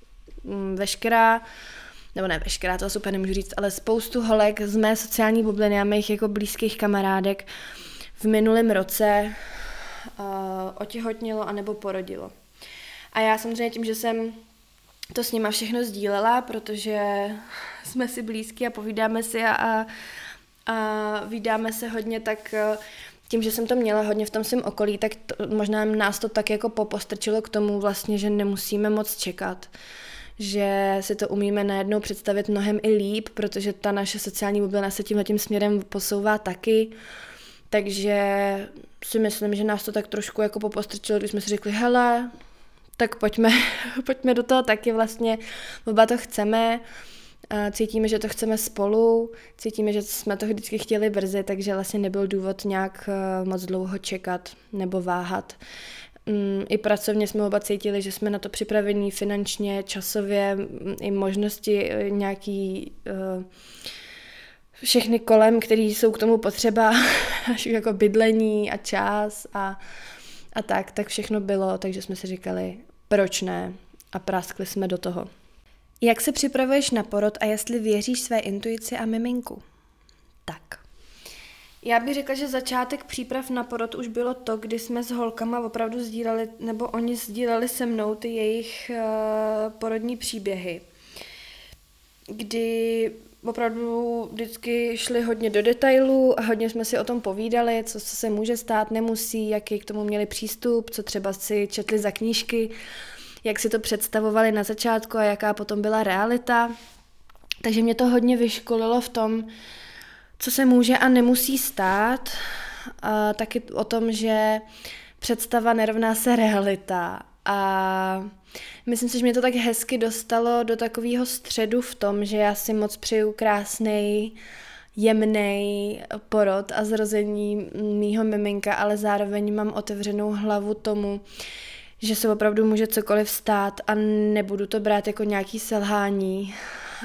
veškerá, to super nemůžu říct, ale spoustu holek z mé sociální bubliny a mých jako blízkých kamarádek v minulém roce otěhotnilo anebo porodilo. A já samozřejmě tím, že jsem to s nima všechno sdílela, protože jsme si blízký a povídáme si a vídáme se hodně, tak tím, že jsem to měla hodně v tom svém okolí, tak možná nás to tak jako popostrčilo k tomu vlastně, že nemusíme moc čekat. Že si to umíme najednou představit mnohem i líp, protože ta naše sociální bublina se tímhletím směrem posouvá taky. Takže si myslím, že nás to tak trošku jako popostrčilo, když jsme si řekli, hele, tak pojďme do toho taky vlastně, oba to chceme, cítíme, že to chceme spolu, cítíme, že jsme to vždycky chtěli brzy, takže vlastně nebyl důvod nějak moc dlouho čekat nebo váhat. I pracovně jsme oba cítili, že jsme na to připravení finančně, časově, i možnosti nějaký všechny kolem, které jsou k tomu potřeba, jako bydlení a čas a tak všechno bylo, takže jsme si říkali, proč ne, a praskli jsme do toho. Jak se připravuješ na porod a jestli věříš své intuici a miminku? Tak. Já bych řekla, že začátek příprav na porod už bylo to, kdy jsme s holkama opravdu sdíleli, nebo oni sdíleli se mnou ty jejich porodní příběhy, kdy opravdu vždycky šli hodně do detailů a hodně jsme si o tom povídali, co se může stát, nemusí, jaký k tomu měli přístup, co třeba si četli za knížky, jak si to představovali na začátku a jaká potom byla realita. Takže mě to hodně vyškolilo v tom, co se může a nemusí stát. A taky o tom, že představa nerovná se realita. A myslím si, že mě to tak hezky dostalo do takového středu v tom, že já si moc přeju krásnej, jemnej porod a zrození mýho miminka, ale zároveň mám otevřenou hlavu tomu, že se opravdu může cokoliv stát a nebudu to brát jako nějaký selhání.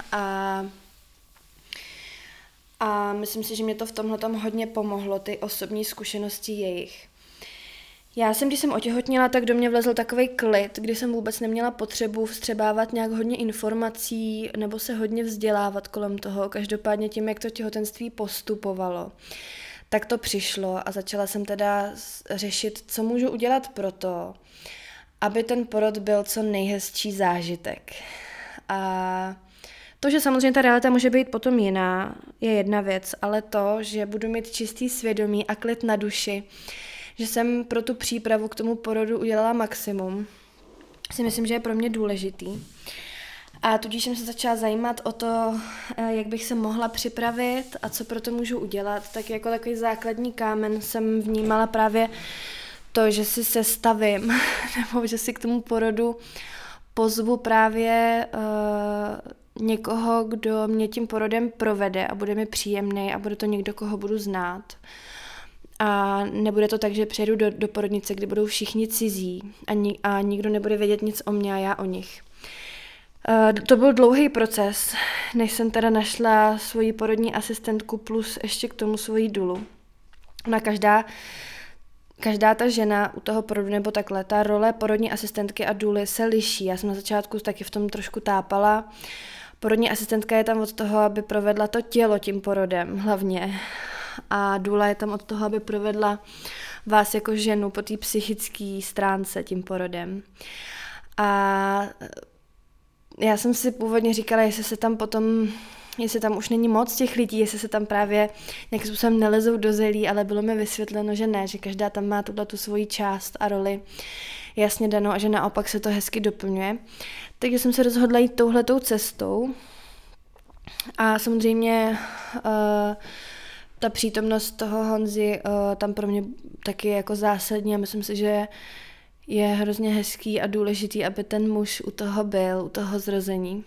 A myslím si, že mě to v tomhle tom hodně pomohlo, ty osobní zkušenosti jejich. Když jsem otěhotněla, tak do mě vlezl takovej klid, kdy jsem vůbec neměla potřebu vstřebávat nějak hodně informací nebo se hodně vzdělávat kolem toho. Každopádně tím, jak to těhotenství postupovalo, tak to přišlo a začala jsem teda řešit, co můžu udělat pro to, aby ten porod byl co nejhezčí zážitek. A to, že samozřejmě ta realita může být potom jiná, je jedna věc, ale to, že budu mít čistý svědomí a klid na duši, že jsem pro tu přípravu k tomu porodu udělala maximum, si myslím, že je pro mě důležitý. A tudíž jsem se začala zajímat o to, jak bych se mohla připravit a co pro to můžu udělat. Tak jako takový základní kámen jsem vnímala právě to, že si sestavím, nebo že si k tomu porodu pozvu právě někoho, kdo mě tím porodem provede a bude mi příjemný a bude to někdo, koho budu znát. A nebude to tak, že přijedu do porodnice, kdy budou všichni cizí a nikdo nebude vědět nic o mě a já o nich. To byl dlouhý proces, než jsem teda našla svoji porodní asistentku plus ještě k tomu svoji dulu. Každá ta žena u toho porodu nebo takhle, ta role porodní asistentky a duly se liší. Já jsem na začátku taky v tom trošku tápala. Porodní asistentka je tam od toho, aby provedla to tělo tím porodem hlavně. A dula je tam od toho, aby provedla vás jako ženu po té psychické stránce tím porodem. A já jsem si původně říkala, jestli tam už není moc těch lidí, jestli se tam právě nějakým způsobem nelezou do zelí, ale bylo mi vysvětleno, že ne, že každá tam má tu svoji část a roli jasně danou a že naopak se to hezky doplňuje. Takže jsem se rozhodla jít touhletou cestou a samozřejmě ta přítomnost toho Honzy tam pro mě taky jako zásadní a myslím si, že je hrozně hezký a důležitý, aby ten muž u toho byl, u toho zrození.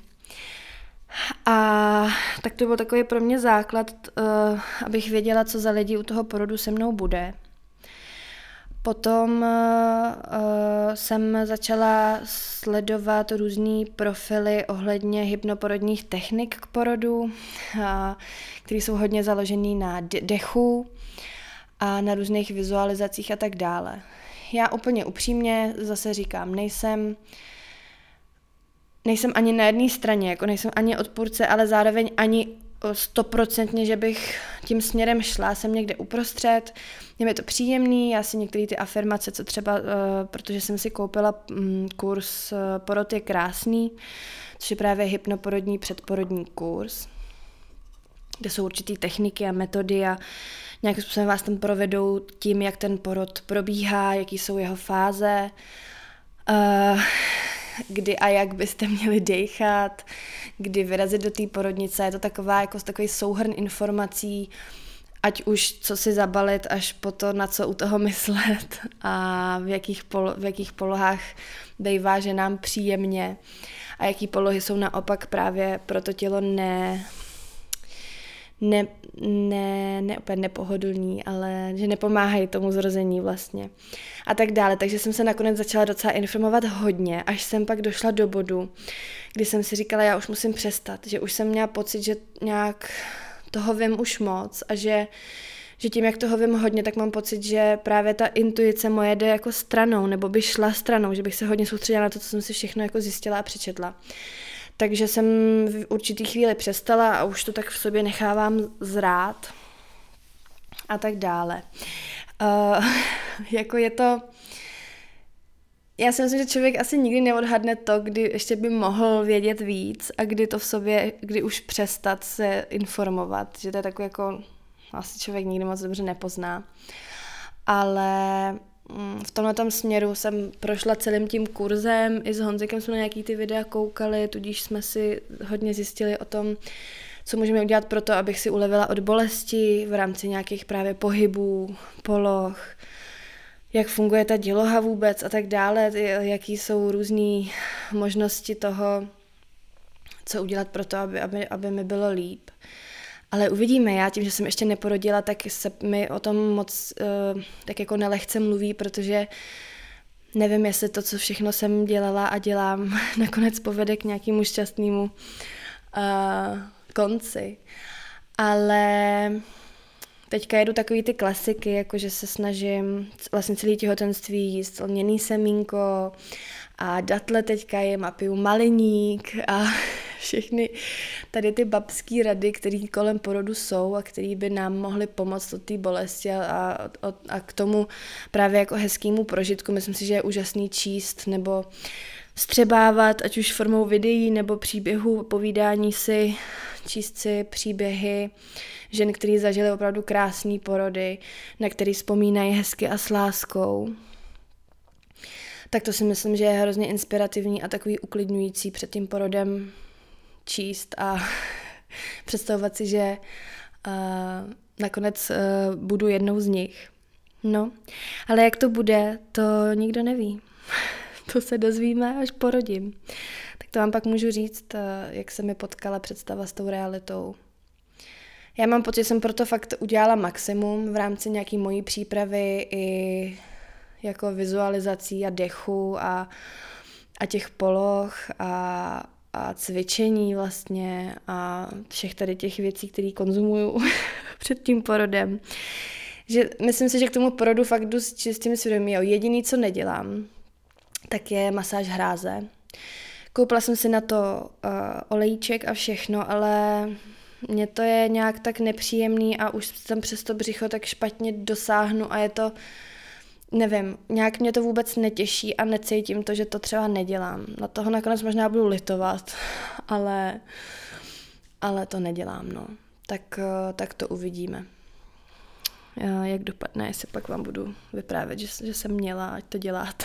A tak to byl takový pro mě základ, abych věděla, co za lidi u toho porodu se mnou bude. Potom jsem začala sledovat různý profily ohledně hypnoporodních technik k porodu, které jsou hodně založené na dechu a na různých vizualizacích a tak dále. Já úplně upřímně zase říkám, nejsem ani na jedné straně, jako nejsem ani odpůrce, ale zároveň ani 100%, že bych tím směrem šla, jsem někde uprostřed, je mi to příjemný, já si některé ty afirmace, co třeba, protože jsem si koupila kurz Porod je krásný, což je právě hypnoporodní předporodní kurz, kde jsou určitý techniky a metody a nějakým způsobem vás tam provedou tím, jak ten porod probíhá, jaký jsou jeho fáze, kdy a jak byste měli dejchat, kdy vyrazit do té porodnice. Je to takový souhrn informací, ať už co si zabalit, až po to, na co u toho myslet a v jakých polohách bývá ženám příjemně a jaký polohy jsou naopak právě pro to tělo úplně nepohodlný, ale že nepomáhají tomu zrození vlastně a tak dále. Takže jsem se nakonec začala docela informovat hodně, až jsem pak došla do bodu, kdy jsem si říkala, já už musím přestat, že už jsem měla pocit, že nějak toho vím už moc a že tím, jak toho vím hodně, tak mám pocit, že právě ta intuice moje jde jako stranou, nebo by šla stranou, že bych se hodně soustředila na to, co jsem si všechno jako zjistila a přečetla. Takže jsem v určitý chvíli přestala a už to tak v sobě nechávám zrát a tak dále. Jako je to... Já si myslím, že člověk asi nikdy neodhadne to, kdy ještě by mohl vědět víc a kdy to v sobě, kdy už přestat se informovat, že to je takový jako... Asi člověk nikdy moc dobře nepozná. Ale v tomhletom směru jsem prošla celým tím kurzem, i s Honzikem jsme na nějaký ty videa koukali, tudíž jsme si hodně zjistili o tom, co můžeme udělat pro to, abych si ulevila od bolesti v rámci nějakých právě pohybů, poloh, jak funguje ta děloha vůbec a tak dále, jaký jsou různé možnosti toho, co udělat pro to, aby mi bylo líp. Ale uvidíme, já tím, že jsem ještě neporodila, tak se mi o tom moc tak jako nelehce mluví, protože nevím, jestli to, co všechno jsem dělala a dělám, nakonec povede k nějakému šťastnému konci. Ale teďka jedu takový ty klasiky, jako že se snažím vlastně celý těhotenství jíst lněný semínko a datle teďka jim a piju maliník a všechny tady ty babský rady, které kolem porodu jsou a které by nám mohly pomoct od té bolesti a k tomu právě jako hezkému prožitku. Myslím si, že je úžasný číst nebo vstřebávat, ať už formou videí nebo příběhů, povídání si, číst si příběhy žen, který zažily opravdu krásné porody, na který vzpomínají hezky a s láskou. Tak to si myslím, že je hrozně inspirativní a takový uklidňující před tím porodem číst a představovat si, že nakonec budu jednou z nich. No, ale jak to bude, to nikdo neví. To se dozvíme, až porodím. Tak to vám pak můžu říct, jak se mi potkala představa s tou realitou. Já mám pocit, že jsem proto fakt udělala maximum v rámci nějaký mojí přípravy i jako vizualizací a dechu a těch poloh a cvičení vlastně a všech tady těch věcí, které konzumuju před tím porodem. Že myslím si, že k tomu porodu fakt jdu s čistým svědomím. Jediný, co nedělám, tak je masáž hráze. Koupila jsem si na to olejček a všechno, ale mně to je nějak tak nepříjemný a už tam přes to břicho tak špatně dosáhnu a nevím, nějak mě to vůbec netěší a necítím to, že to třeba nedělám. Na toho nakonec možná budu litovat, ale to nedělám, no. Tak to uvidíme. Jak dopadne, jestli pak vám budu vyprávět, že jsem měla, ať to děláte.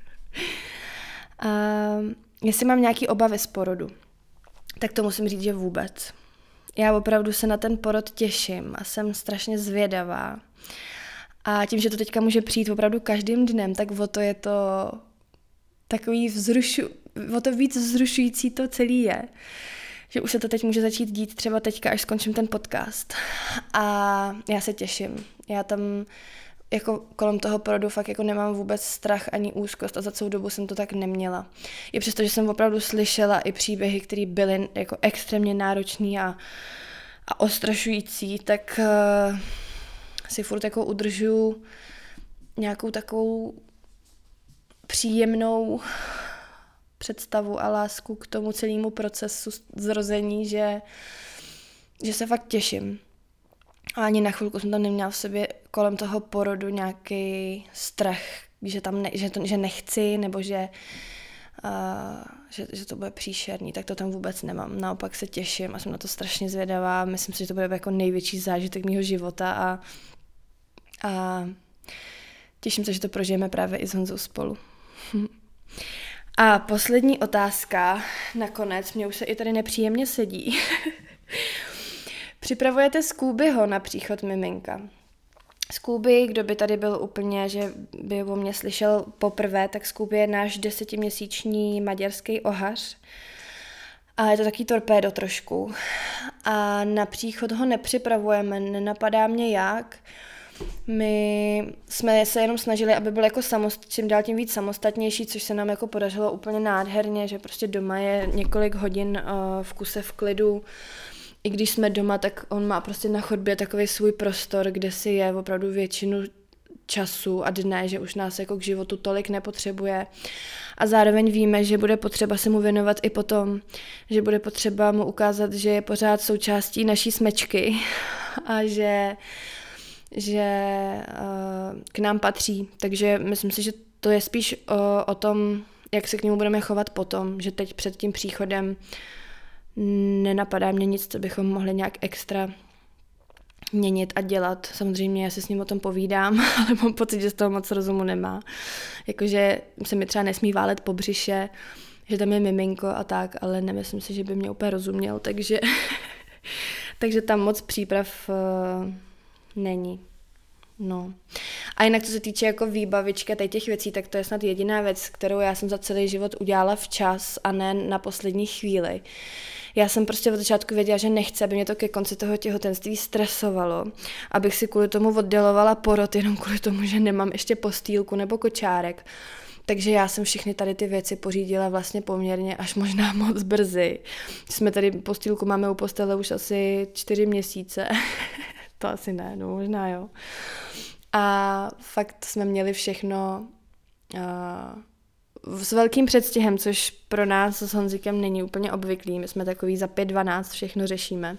Jestli mám nějaký obavy z porodu, tak to musím říct, že vůbec. Já opravdu se na ten porod těším a jsem strašně zvědavá. A tím, že to teďka může přijít opravdu každým dnem, tak o to je to takový o to víc vzrušující to celý je. Že už se to teď může začít dít třeba teďka, až skončím ten podcast. A já se těším. Já tam jako kolem toho porodu fakt jako nemám vůbec strach ani úzkost a za celou dobu jsem to tak neměla. I přesto, že jsem opravdu slyšela i příběhy, které byly jako extrémně náročný a ostrašující, tak si furt jako udržuju nějakou takovou příjemnou představu a lásku k tomu celému procesu zrození, že se fakt těším. A ani na chvilku jsem tam neměla v sobě kolem toho porodu nějaký strach, že nechci, nebo že to bude příšerný, tak to tam vůbec nemám. Naopak se těším a jsem na to strašně zvědavá. Myslím si, že to bude jako největší zážitek mýho života a těším se, že to prožijeme právě i s Honzou spolu. A poslední otázka, nakonec, mě už se i tady nepříjemně sedí. Připravujete Scoobyho na příchod miminka? Scooby, kdo by tady byl úplně, že by o mě slyšel poprvé, tak Scooby je náš 10měsíční maďarský ohař. A je to taky torpédo trošku. A na příchod ho nepřipravujeme, nenapadá mě jak. My jsme se jenom snažili, aby byl jako čím dál tím víc samostatnější, což se nám jako podařilo úplně nádherně, že prostě doma je několik hodin v kuse v klidu. I když jsme doma, tak on má prostě na chodbě takový svůj prostor, kde si je opravdu většinu času a dne, že už nás jako k životu tolik nepotřebuje. A zároveň víme, že bude potřeba se mu věnovat i potom, že bude potřeba mu ukázat, že je pořád součástí naší smečky a že k nám patří. Takže myslím si, že to je spíš o tom, jak se k němu budeme chovat potom, že teď před tím příchodem nenapadá mě nic, co bychom mohli nějak extra měnit a dělat. Samozřejmě já se s ním o tom povídám, ale mám pocit, že z toho moc rozumu nemá. Jakože se mi třeba nesmí válet po břiše, že tam je miminko a tak, ale nemyslím si, že by mě úplně rozuměl, takže tam moc příprav není. No. A jinak, co se týče jako výbavička těch věcí, tak to je snad jediná věc, kterou já jsem za celý život udělala včas a ne na poslední chvíli. Já jsem prostě od začátku věděla, že nechci, aby mě to ke konci toho těhotenství stresovalo, abych si kvůli tomu oddělovala porod jenom kvůli tomu, že nemám ještě postýlku nebo kočárek. Takže já jsem všechny tady ty věci pořídila vlastně poměrně až možná moc brzy. Jsme tady postýlku máme u postele už asi 4 měsíce. To asi ne, no možná jo. A fakt jsme měli všechno s velkým předstihem, což pro nás s Honzikem není úplně obvyklý. My jsme takový za 5:12 všechno řešíme.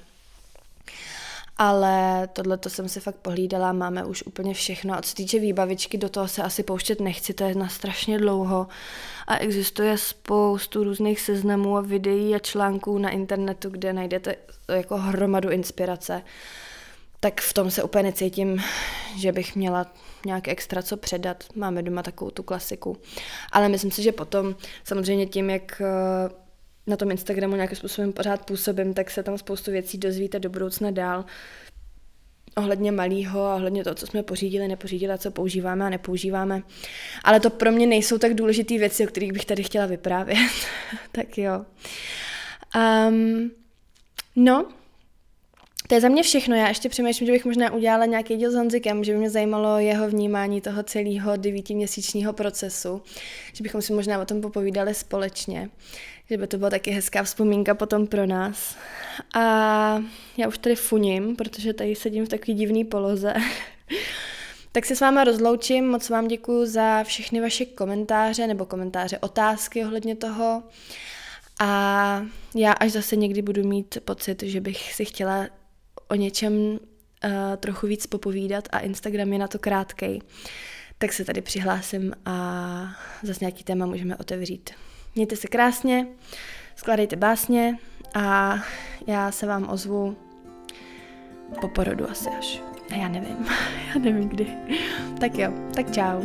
Ale tohleto jsem si fakt pohlídala, máme už úplně všechno. A co se týče výbavičky, do toho se asi pouštět nechci, to je na strašně dlouho. A existuje spoustu různých seznamů a videí a článků na internetu, kde najdete jako hromadu inspirace. Tak v tom se úplně necítím, že bych měla nějak extra co předat. Máme doma takovou tu klasiku. Ale myslím si, že potom samozřejmě tím, jak na tom Instagramu nějakým způsobem pořád působím, tak se tam spoustu věcí dozvíte do budoucna dál. Ohledně malýho a ohledně toho, co jsme pořídili, nepořídili a co používáme a nepoužíváme. Ale to pro mě nejsou tak důležité věci, o kterých bych tady chtěla vyprávět. Tak jo. No, to je za mě všechno. Já ještě přemýšlím, že bych možná udělala nějaký díl s Honzikem, že by mě zajímalo jeho vnímání toho celého 9měsíčního procesu, že bychom si možná o tom popovídali společně, že by to byla taky hezká vzpomínka potom pro nás. A já už tady funím, protože tady sedím v takové divné poloze. Tak se s váma rozloučím, moc vám děkuju za všechny vaše komentáře, otázky ohledně toho. A já až zase někdy budu mít pocit, že bych si chtěla o něčem trochu víc popovídat a Instagram je na to krátkej. tak se tady přihlásím a zase nějaký téma můžeme otevřít. Mějte se krásně, skládejte básně a já se vám ozvu po porodu asi až. Já nevím kdy. Tak jo, tak čau.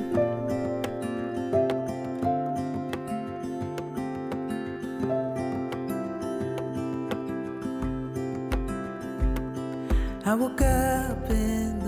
I woke up in the